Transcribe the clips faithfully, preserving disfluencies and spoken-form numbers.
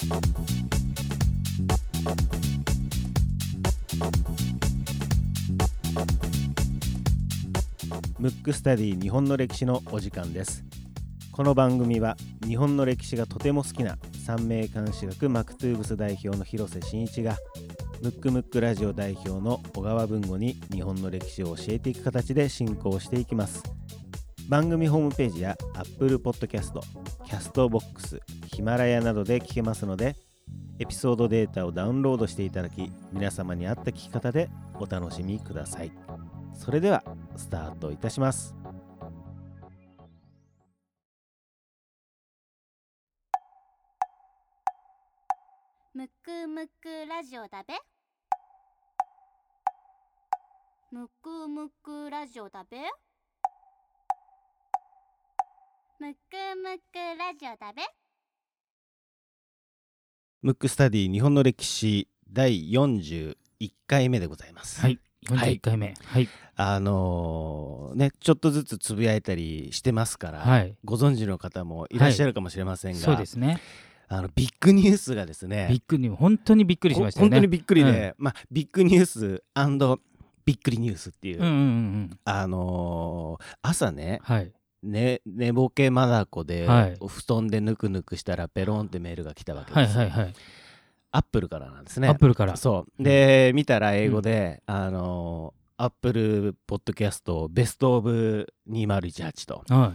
ムックスタディ日本の歴史のお時間です。この番組は日本の歴史がとても好きな三名監視学マクトゥーブス代表の広瀬真一がムックムックラジオ代表の小川文吾に日本の歴史を教えていく形で進行していきます。番組ホームページや Apple Podcast、Castbox、ヒマラヤなどで聞けますので、エピソードデータをダウンロードしていただき、皆様に合った聞き方でお楽しみください。それではスタートいたします。 むくむくラジオだべ。むくむくラジオだべ。むくむくラジオだべ。 ムックスタディ日本の歴史だいよんじゅういっかいめでございます。 はい、よんじゅういっかいめ、はい、 あのー、ねちょっとずつつぶやいたりしてますから、はい、ご存知の方もいらっしゃるかもしれませんが、 はい、そうですね。 あのビッグニュースがですね、 ビッグニュース、本当にびっくりしましたよね。 本当にびっくりで、うん、まあビッグニュース&びっくりニュースっていう、 うんうんうん、 あのー、朝ね、 はい、 ね、寝ぼけまだこで、はい、お布団でぬくぬくしたらペロンってメールが来たわけですよ。はいはいはい、アップルからなんですね。 アップルから。 そうで、うん、見たら英語で、うん、あのアップルポッドキャストベストオブにせんじゅうはちと、はい、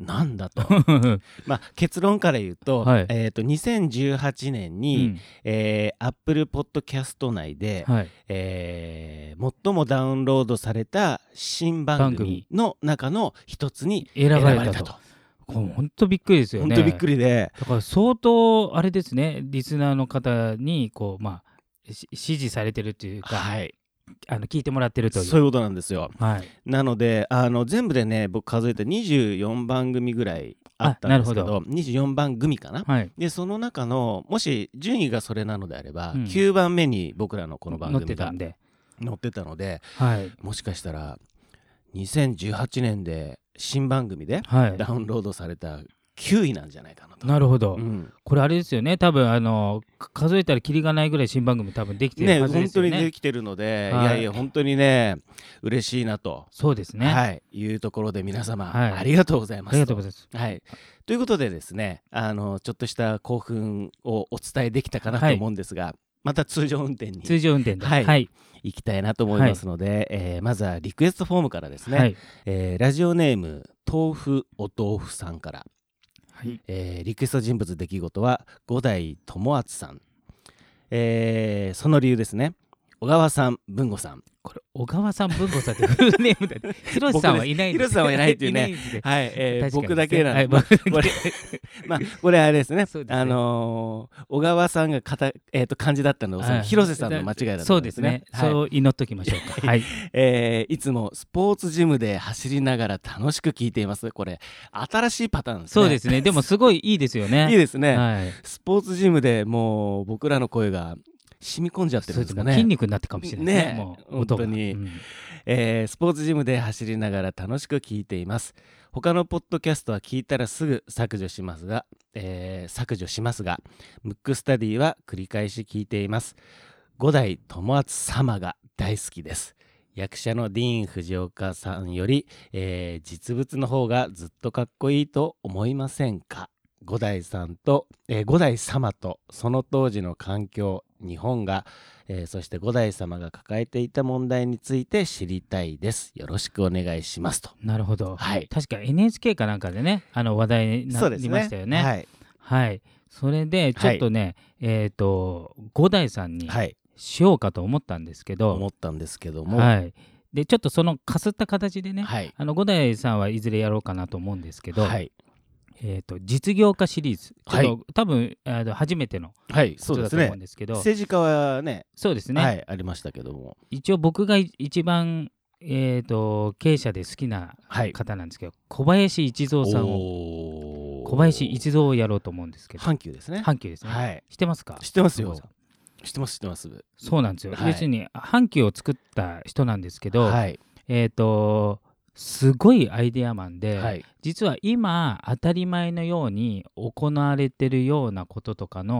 なんだとまあ結論から言うと、はい、えーとにせんじゅうはちねんに、うんえー、アップルポッドキャスト内で、はいえー、最もダウンロードされた新番組の中の一つに選ばれたと。 本当びっくりですよね。 本当びっくりで、 だから相当あれですね、リスナーの方にこう、まあ、支持されてるというか、はい、あの聞いてもらってるという、 そういうことなんですよ。 はい、 なのであの全部でね、僕数えたにじゅうよんばん組ぐらいあったんですけ ど, どにじゅうよんばん組かな、はい、でその中のもし順位がそれなのであれば、うん、きゅうばんめに僕らのこの番組が載ってたんで、載ってたので、はい、もしかしたらにせんじゅうはちねんで新番組でダウンロードされたきゅういなんじゃないかなと。 なるほど、うん、これあれですよね、多分あの数えたらキリがないぐらい新番組多分できてるはずですよね。 ね、本当にできてるので、はい、いやいや本当にね嬉しいなと。 そうですね、 はい、いうところで皆様、はい、ありがとうございます。 ありがとうございます。 はい、ということでですね、あのちょっとした興奮をお伝えできたかなと思うんですが、はい、また通常運転に通常運転で、 はいはい、行きたいなと思いますので、はいえー、まずはリクエストフォームからですね、はいえー、ラジオネーム豆腐お豆腐さんから、はいえー、リクエスト人物出来事は五代友厚さん、えー、その理由ですね、小川さん文吾さん、 これ小川さん文吾さんってフルネームだね。広瀬さんはいないんです。 広瀬さんはいないっていうねはい、えー、僕だけなんで、はいまあ、これまあこれあれですね、そうですね、あのー、小川さんがかた、えー、と漢字だったのを広瀬さんの間違いだったんですね。 そうですね、はい、そう祈っときましょうか。はい、 えー、いつもスポーツジムで走りながら楽しく聞いています。これ新しいパターンですね。 そうですね、でもすごいいいですよね。 いいですね、 はい、 スポーツジムでもう僕らの声が染み込んじゃってるんですかね。 筋肉になってかもしれないですね。 ねもう本当に、うんえー、スポーツジムで走りながら楽しく聞いています。他のポッドキャストは聞いたらすぐ削除しますが、えー、削除しますがムックスタディは繰り返し聞いています。五代友厚様が大好きです。役者のディーン・藤岡さんより、えー、実物の方がずっとかっこいいと思いませんか。五代さんと、えー、五代様とその当時の環境、日本が、えー、そして五代様が抱えていた問題について知りたいです。よろしくお願いしますと。 なるほど、はい、確か エヌエイチケー かなんかでね、あの話題になりましたよね。はい、はい、それでちょっとね、はい、えっ、ー、と五代さんにしようかと思ったんですけど、はい、 思ったんですけども、 はい、でちょっとそのかすった形でね、はい、あの五代さんはいずれやろうかなと思うんですけど、はいえー、と実業家シリーズ、ちょっと、はい、多分あの初めてのことだと思うんですけど、 はいね、政治家はね、 そうですね、 はい、ありましたけども、 一応僕が一番、えー、と経営者で好きな方なんですけど、はい、小林一三さんを小林一三をやろうと思うんですけど、 阪急ですね、 阪急ですね、はい、知ってますか？ 知ってますよ、知ってます知ってます。 そうなんですよ、はい、要するに阪急を作った人なんですけど、はい、えっ、ー、とすごいアイデアマンで、はい、実は今当たり前のように行われてるようなこととかの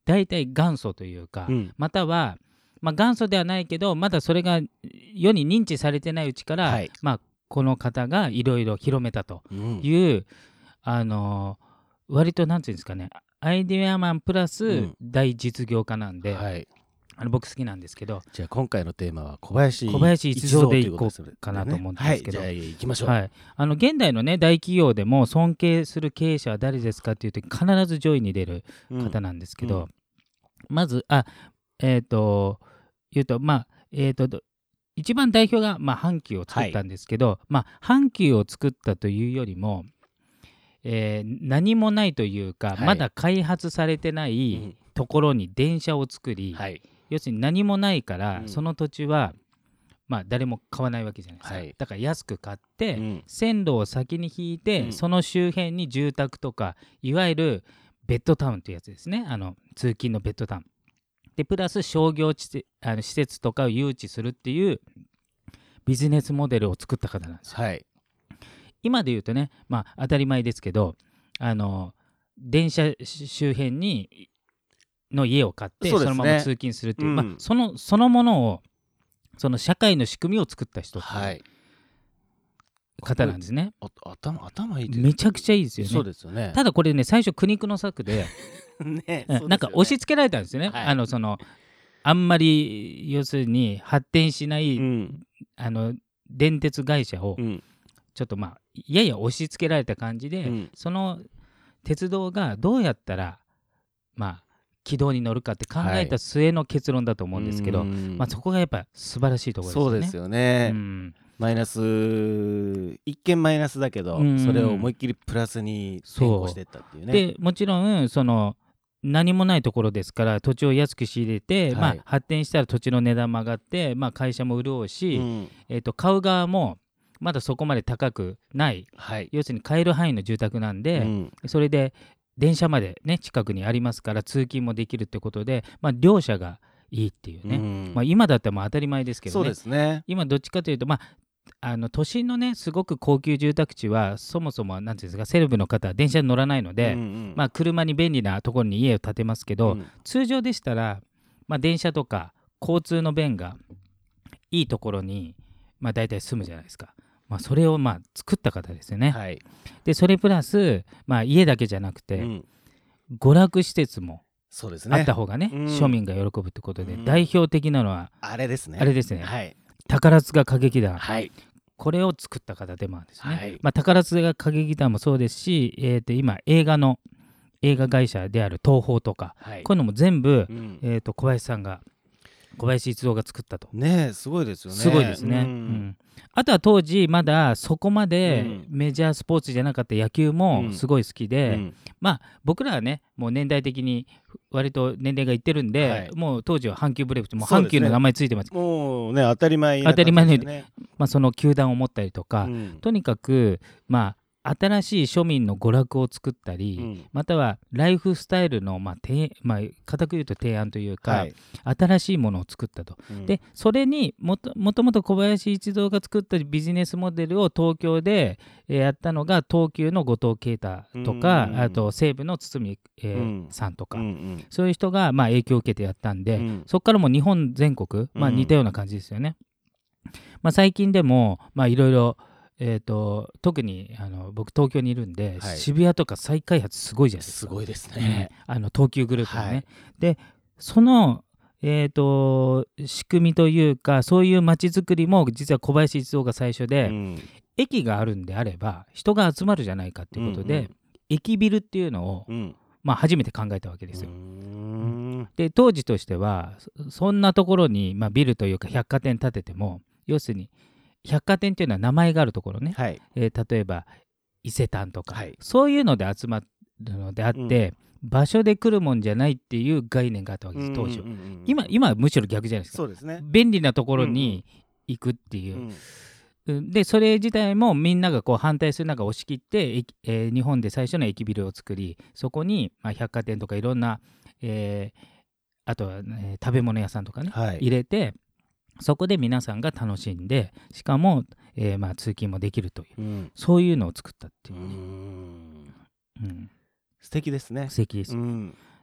大体元祖というか、うん、または、まあ、元祖ではないけどまだそれが世に認知されてないうちから、はい、まあ、この方がいろいろ広めたという、うん、あの割となんていうんですかね、アイデアマンプラス大実業家なんで、うん、はい、あの僕好きなんですけど、 じゃあ今回のテーマは小林小林一三でいこうかなと思うんですけど、 はい、じゃあ行きましょう。 はい、あの現代のね大企業でも尊敬する経営者は誰ですかっていうと必ず上位に出る方なんですけど、うんうん、まずあえっ、ー、と言うとまあえっ、ー、と一番代表が、まあ、阪急を作ったんですけど、はい、まあ、阪急を作ったというよりも、えー、何もないというか、はい、まだ開発されてないところに電車を作り、はい、要するに何もないから、うん、その土地は、まあ、誰も買わないわけじゃないですか、はい、だから安く買って、うん、線路を先に引いて、うん、その周辺に住宅とかいわゆるベッドタウンというやつですね、あの通勤のベッドタウンでプラス商業地あの施設とかを誘致するっていうビジネスモデルを作った方なんですよ、はい、今で言うとね、まあ、当たり前ですけどあの電車周辺にの家を買って そ,、ね、そのまま通勤するっていう、うん、まあ、そのそのものをその社会の仕組みを作った人っていう方なんですね、 はい、頭, 頭いいですめちゃくちゃいいですよね。 そうですよね。 ただこれね最初苦肉の策でね、なんか押し付けられたんですよね、はい、あのそのあんまり要するに発展しない、うん、あの電鉄会社をちょっとまあやや押し付けられた感じで、うん、その鉄道がどうやったらまあ軌道に乗るかって考えた末の結論だと思うんですけど、はい、まあ、そこがやっぱ素晴らしいところですよね。 そうですよね、うん、マイナス一見マイナスだけど、うん、それを思いっきりプラスに転向していったっていうね。 でもちろんその何もないところですから土地を安く仕入れて、はい、まあ、発展したら土地の値段も上がって、まあ、会社も潤うし、うん、えーと、買う側もまだそこまで高くない、はい、要するに買える範囲の住宅なんで、うん、それで電車まで、ね、近くにありますから通勤もできるってことで、まあ、両者がいいっていうね、うん、まあ、今だったらもう当たり前ですけど ね, そうですね今どっちかというと、まあ、あの都心のねすごく高級住宅地はそもそもなんていうんですかセレブの方は電車に乗らないので、うんうん、まあ、車に便利なところに家を建てますけど、うん、通常でしたら、まあ、電車とか交通の便がいいところに、まあ、大体住むじゃないですか。まあ、それをまあ作った方ですよね、はい、でそれプラス、まあ、家だけじゃなくて、うん、娯楽施設もあった方がね、うん、庶民が喜ぶってことで、うん、代表的なのはあれですねあれですね、はい、宝塚歌劇団、 はい、 これを作った方でもあるんですね、はい、まあ、宝塚歌劇団もそうですし、えー、と今映画の映画会社である東宝とか、はい、こういうのも全部、うん、えー、と小林さんが小林一三が作ったと。 ねえすごいですよね。 すごいですね、うんうん、あとは当時まだそこまでメジャースポーツじゃなかった野球もすごい好きで、うんうん、まあ僕らはねもう年代的に割と年齢がいってるんで、はい、もう当時は阪急ブレーブスもう阪急の名前ついてます。 もうね当たり前当たり前のように、まあ、その球団を持ったりとか、うん、とにかくまあ新しい庶民の娯楽を作ったり、うん、またはライフスタイルのまあて、まあ、固く言うと提案というか、はい、新しいものを作ったと、うん、でそれにもともともと小林一三が作ったビジネスモデルを東京でやったのが東急の後藤啓太とか、うん、あと西武の堤、えーうん、さんとか、うんうん、そういう人がまあ影響を受けてやったんで、うん、そこからも日本全国、まあ、似たような感じですよね、まあ、最近でもいろいろえー、と特にあの僕東京にいるんで、はい、渋谷とか再開発すごいじゃないですか。 すごいですね、 うん、あの東急グループのね、はい、でその、えー、と仕組みというかそういう街づくりも実は小林一三が最初で、うん、駅があるんであれば人が集まるじゃないかっていうことで、うんうん、駅ビルっていうのを、うんまあ、初めて考えたわけですよ。うんで当時としては そ, そんなところに、まあ、ビルというか百貨店建てても要するに百貨店っていうのは名前があるところね、はいえー、例えば伊勢丹とか、はい、そういうので集まるのであって、うん、場所で来るもんじゃないっていう概念があったわけです当初、うんうんうん、今, 今はむしろ逆じゃないですか。 そうですね、 便利なところに行くっていう、うんうん、でそれ自体もみんながこう反対する中押し切って、えー、日本で最初の駅ビルを作りそこに、まあ、百貨店とかいろんな、えー、あとは、ね、食べ物屋さんとかね、はい、入れてそこで皆さんが楽しんでしかも、えーまあ、通勤もできるという、うん、そういうのを作ったっていうね。うーん、 うん、素敵ですね。 素敵です、うん、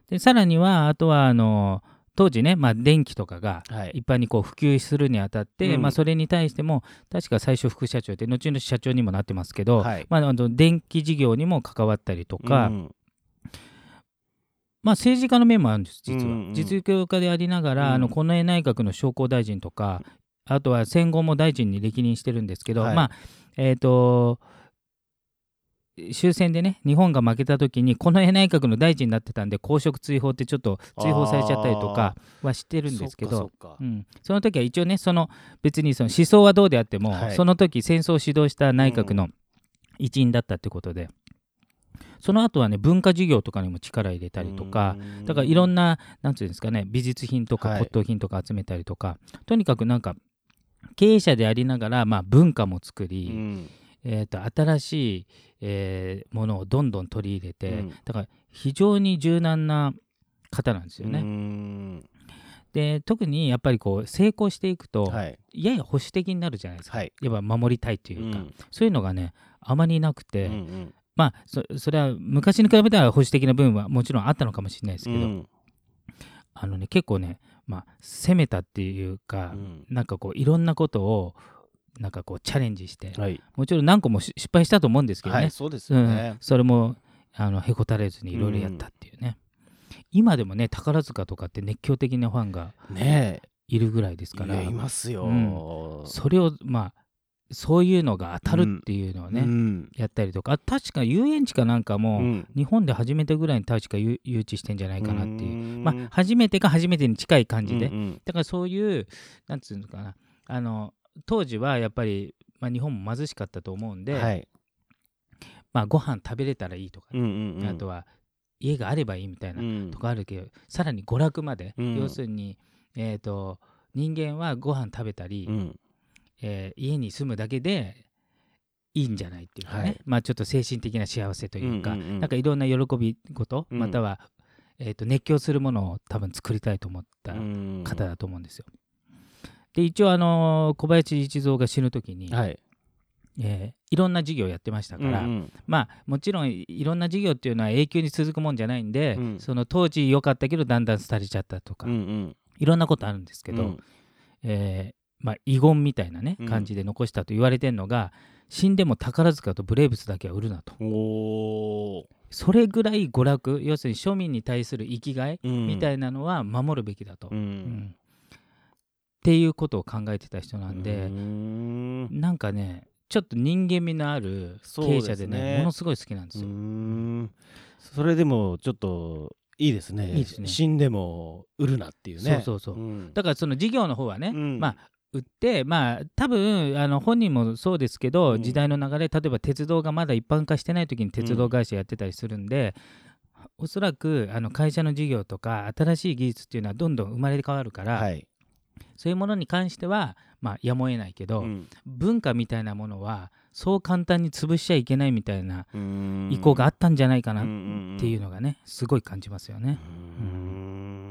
でさらにはあとはあの当時ね、まあ、電気とかが一般にこう普及するにあたって、はい、まあ、それに対しても確か最初副社長で後々社長にもなってますけど、はい、まあ、あの電気事業にも関わったりとか、うん、まあ、政治家の面もあるんです実は、うんうん、実業家でありながら、うん、あの近衛内閣の商工大臣とかあとは戦後も大臣に歴任してるんですけど、はい、まあえっと終戦でね日本が負けた時に近衛内閣の大臣になってたんで公職追放ってちょっと追放されちゃったりとかはしてるんですけど そ, そ,、うん、その時は一応ねその別にその思想はどうであっても、はい、その時戦争を指導した内閣の一員だったってことで、うん、その後はね文化事業とかにも力入れたりとかだからいろんななんていうんですかね美術品とか骨董品とか集めたりとか、はい、とにかくなんか経営者でありながら、まあ、文化も作り、うんえー、と新しい、えー、ものをどんどん取り入れて、うん、だから非常に柔軟な方なんですよね。うんで特にやっぱりこう成功していくと、はい、やや保守的になるじゃないですか、はい、やっぱ守りたいというか、うん、そういうのがねあまりなくて、うんうん、まあ そ, それは昔に比べたら保守的な部分はもちろんあったのかもしれないですけど、うん、あのね結構ね、まあ、攻めたっていうか、うん、なんかこういろんなことをなんかこうチャレンジして、はい、もちろん何個も失敗したと思うんですけどね、はい、 そうですよね、 うん、それもあのへこたれずにいろいろやったっていうね、うん、今でもね宝塚とかって熱狂的なファンがいるぐらいですから、 ね、いますよ、 うん、それをまあそういうのが当たるっていうのをね、うん、やったりとか確か遊園地かなんかも、うん、日本で初めてぐらいに確か誘致してんじゃないかなっていう、まあ初めてか初めてに近い感じで、うんうん、だからそういうなんつうのかなあの当時はやっぱり、まあ、日本も貧しかったと思うんで、はいまあ、ご飯食べれたらいいとか、ねうんうんうん、あとは家があればいいみたいなとこあるけど、うん、さらに娯楽まで、うん、要するに、えーと、人間はご飯食べたり、うんえー、家に住むだけでいいんじゃないっていうかね、はいまあ、ちょっと精神的な幸せというか、うんうんうん、なんかいろんな喜び事、うん、または、えーと、熱狂するものを多分作りたいと思った方だと思うんですよ。で一応あの小林一三が死ぬ時に、はいえー、いろんな事業やってましたから、うんうん、まあもちろんいろんな事業っていうのは永久に続くもんじゃないんで、うん、その当時良かったけどだんだん廃れちゃったとか、うんうん、いろんなことあるんですけど、うんえーまあ、遺言みたいなね感じで残したと言われてるのが、うん、死んでも宝塚とブレーブスだけは売るなと。おそれぐらい娯楽要するに庶民に対する生きがいみたいなのは守るべきだと。うんうんっていうことを考えてた人なんでんなんかねちょっと人間味のある経営者で ね, でねものすごい好きなんですよ。 うんそれでもちょっといいですね。いいですね死んでも売るなっていうね。 そうそうそう、うん、だからその事業の方はね、うん、まあ売ってまあ多分あの本人もそうですけど、うん、時代の流れ例えば鉄道がまだ一般化してない時に鉄道会社やってたりするんで、うん、おそらくあの会社の事業とか新しい技術っていうのはどんどん生まれ変わるから、はいそういうものに関しては、まあ、やむを得ないけど、うん、文化みたいなものはそう簡単に潰しちゃいけないみたいな意向があったんじゃないかなっていうのがねすごい感じますよね。うん、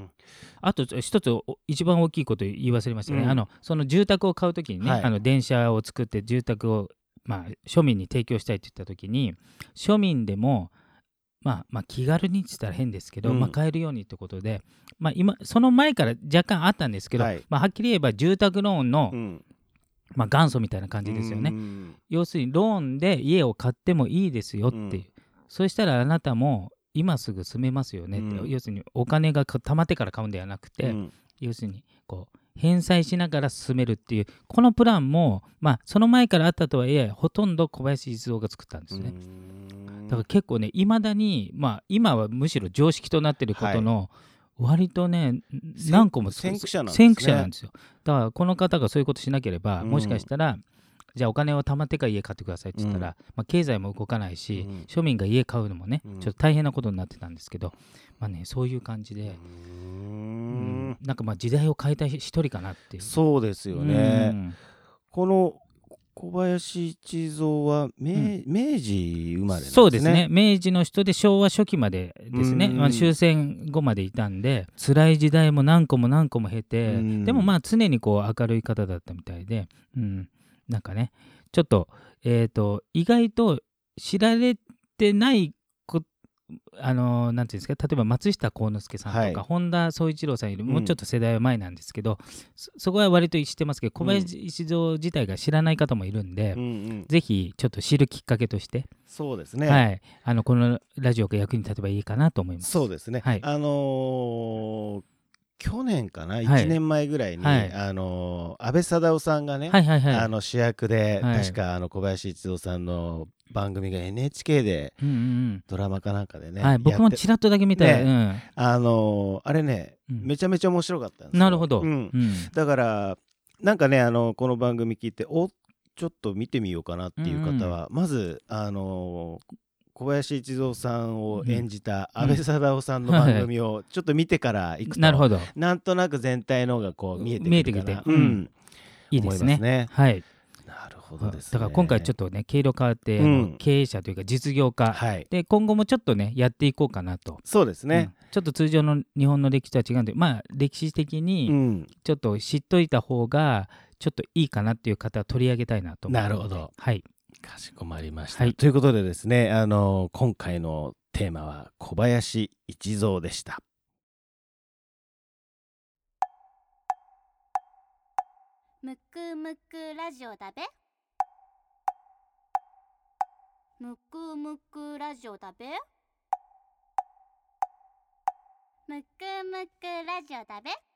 あと一つ一番大きいこと言い忘れましたね、うん、あのその住宅を買うときにね、はい、あの電車を作って住宅を、まあ、庶民に提供したいって言ったときに庶民でもまあ、まあ気軽にって言ったら変ですけど、うんまあ、買えるようにってことで、まあ、今その前から若干あったんですけど、はいまあ、はっきり言えば住宅ローンの、うんまあ、元祖みたいな感じですよね。要するにローンで家を買ってもいいですよっていう、うん、そしたらあなたも今すぐ住めますよねって、うん、要するにお金が貯まってから買うんではなくて、うん、要するにこう返済しながら進めるっていうこのプランも、まあ、その前からあったとはいえほとんど小林一三が作ったんですね。だから結構ねいまだに、まあ、今はむしろ常識となっていることの割とね、はい、何個も先駆者なんですね。 先駆者なんですよ。だからこの方がそういうことしなければ、うん、もしかしたらじゃあお金を貯まってから家買ってくださいって言ったら、うんまあ、経済も動かないし、うん、庶民が家買うのもね、うん、ちょっと大変なことになってたんですけど、まあね、そういう感じで、うん、なんかまあ時代を変えた一人かなっていう。 そうですよね、うん、この小林一三は 明,、うん、明治生まれなんですね。 そうですね明治の人で昭和初期までですね、まあ、終戦後までいたんで辛い時代も何個も何個も経てでもまあ常にこう明るい方だったみたいで、うん、なんかねちょっと、えーと、意外と知られてないこあのなんていうんですか、例えば松下幸之助さんとか、はい、本田宗一郎さんよりもうちょっと世代は前なんですけど、うん、そ, そこは割と知ってますけど、小林一三自体が知らない方もいるんで、うんうん、ぜひちょっと知るきっかけとして、 そうですね、 はい、あのこのラジオが役に立てばいいかなと思います。 そうですね、はい、あのー去年かな、はい、いちねんまえぐらいに、はい、あの安倍貞夫さんがね、はいはいはい、あの主役で、はい、確かあの小林一三さんの番組が エヌエイチケー で、うんうん、ドラマかなんかでね、 はい、僕もちらっとだけ見た、ね、うん、 あのあれね、うん、めちゃめちゃ面白かったんですよ。 なるほど、 うんうん、だからなんかね、あのこの番組聞いておちょっと見てみようかなっていう方は、うんうん、まずあの小林一三さんを演じた安倍貞夫さんの番組をちょっと見てから行くと、なるほど、なんとなく全体のがこう見えてくるかな、うん、 いいですね。ね、はい。 なるほどですね。 だから今回ちょっとね毛色変わって、うん、あの経営者というか実業家、はい、で今後もちょっとねやっていこうかなと。 そうですね、 うん、ちょっと通常の日本の歴史とは違うんで、まあ歴史的にちょっと知っといた方がちょっといいかなっていう方は取り上げたいなと思うので。 なるほど、 はい、 かしこまりました、はい、ということでですね、あの今回のテーマは小林一三でした。 むくむくラジオだべ。むくむくラジオだべ。むくむくラジオだべ。